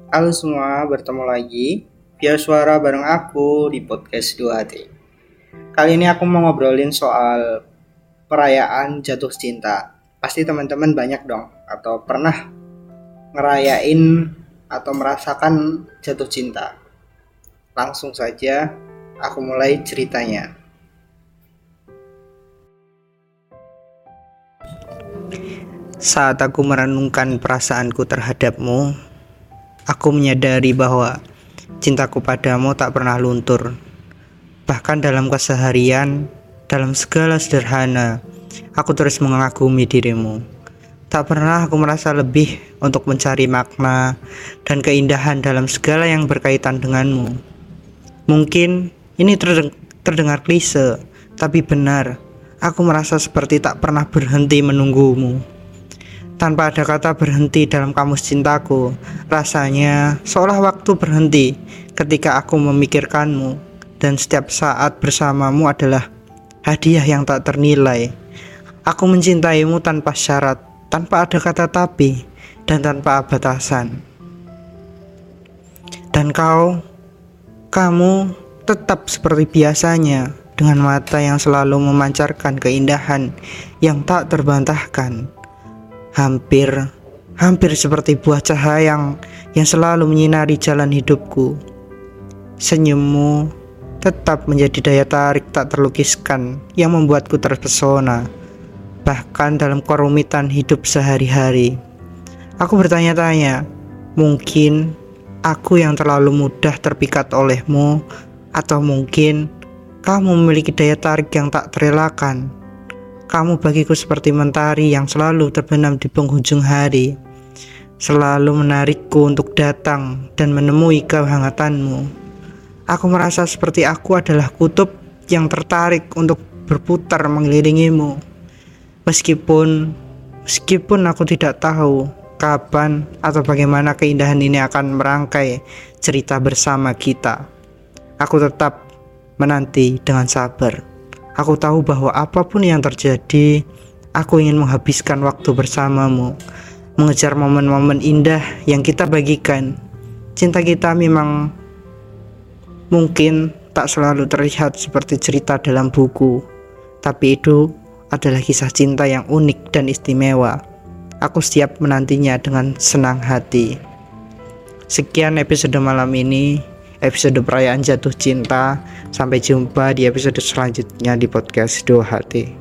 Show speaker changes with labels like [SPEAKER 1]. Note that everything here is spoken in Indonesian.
[SPEAKER 1] Halo semua, bertemu lagi via suara bareng aku di podcast 2T. Kali ini aku mau ngobrolin soal perayaan jatuh cinta. Pasti teman-teman banyak dong atau pernah ngerayain atau merasakan jatuh cinta. Langsung saja aku mulai ceritanya. Saat aku merenungkan perasaanku terhadapmu, aku menyadari bahwa cintaku padamu tak pernah luntur. Bahkan dalam keseharian, dalam segala sederhana, aku terus mengagumi dirimu. Tak pernah aku merasa lebih untuk mencari makna dan keindahan dalam segala yang berkaitan denganmu. Mungkin ini terdengar klise, tapi benar. Aku merasa seperti tak pernah berhenti menunggumu. Tanpa ada kata berhenti dalam kamus cintaku, rasanya seolah waktu berhenti ketika aku memikirkanmu, dan setiap saat bersamamu adalah hadiah yang tak ternilai. Aku mencintaimu tanpa syarat, tanpa ada kata tapi, dan tanpa batasan. Dan kamu tetap seperti biasanya, dengan mata yang selalu memancarkan keindahan yang tak terbantahkan. Hampir seperti buah cahaya yang selalu menyinari jalan hidupku. Senyummu tetap menjadi daya tarik tak terlukiskan yang membuatku terpesona, bahkan dalam kerumitan hidup sehari-hari. Aku bertanya-tanya, mungkin aku yang terlalu mudah terpikat olehmu, atau mungkin kamu memiliki daya tarik yang tak terelakkan. Kamu bagiku seperti mentari yang selalu terbenam di penghujung hari, selalu menarikku untuk datang dan menemui kehangatanmu. Aku merasa seperti aku adalah kutub yang tertarik untuk berputar mengelilingimu. Meskipun aku tidak tahu kapan atau bagaimana keindahan ini akan merangkai cerita bersama kita, aku tetap menanti dengan sabar. Aku tahu bahwa apapun yang terjadi, aku ingin menghabiskan waktu bersamamu, mengejar momen-momen indah yang kita bagikan. Cinta kita memang mungkin tak selalu terlihat seperti cerita dalam buku, tapi itu adalah kisah cinta yang unik dan istimewa. Aku siap menantinya dengan senang hati. Sekian episode malam ini, episode perayaan jatuh cinta. Sampai jumpa di episode selanjutnya di podcast 2HT.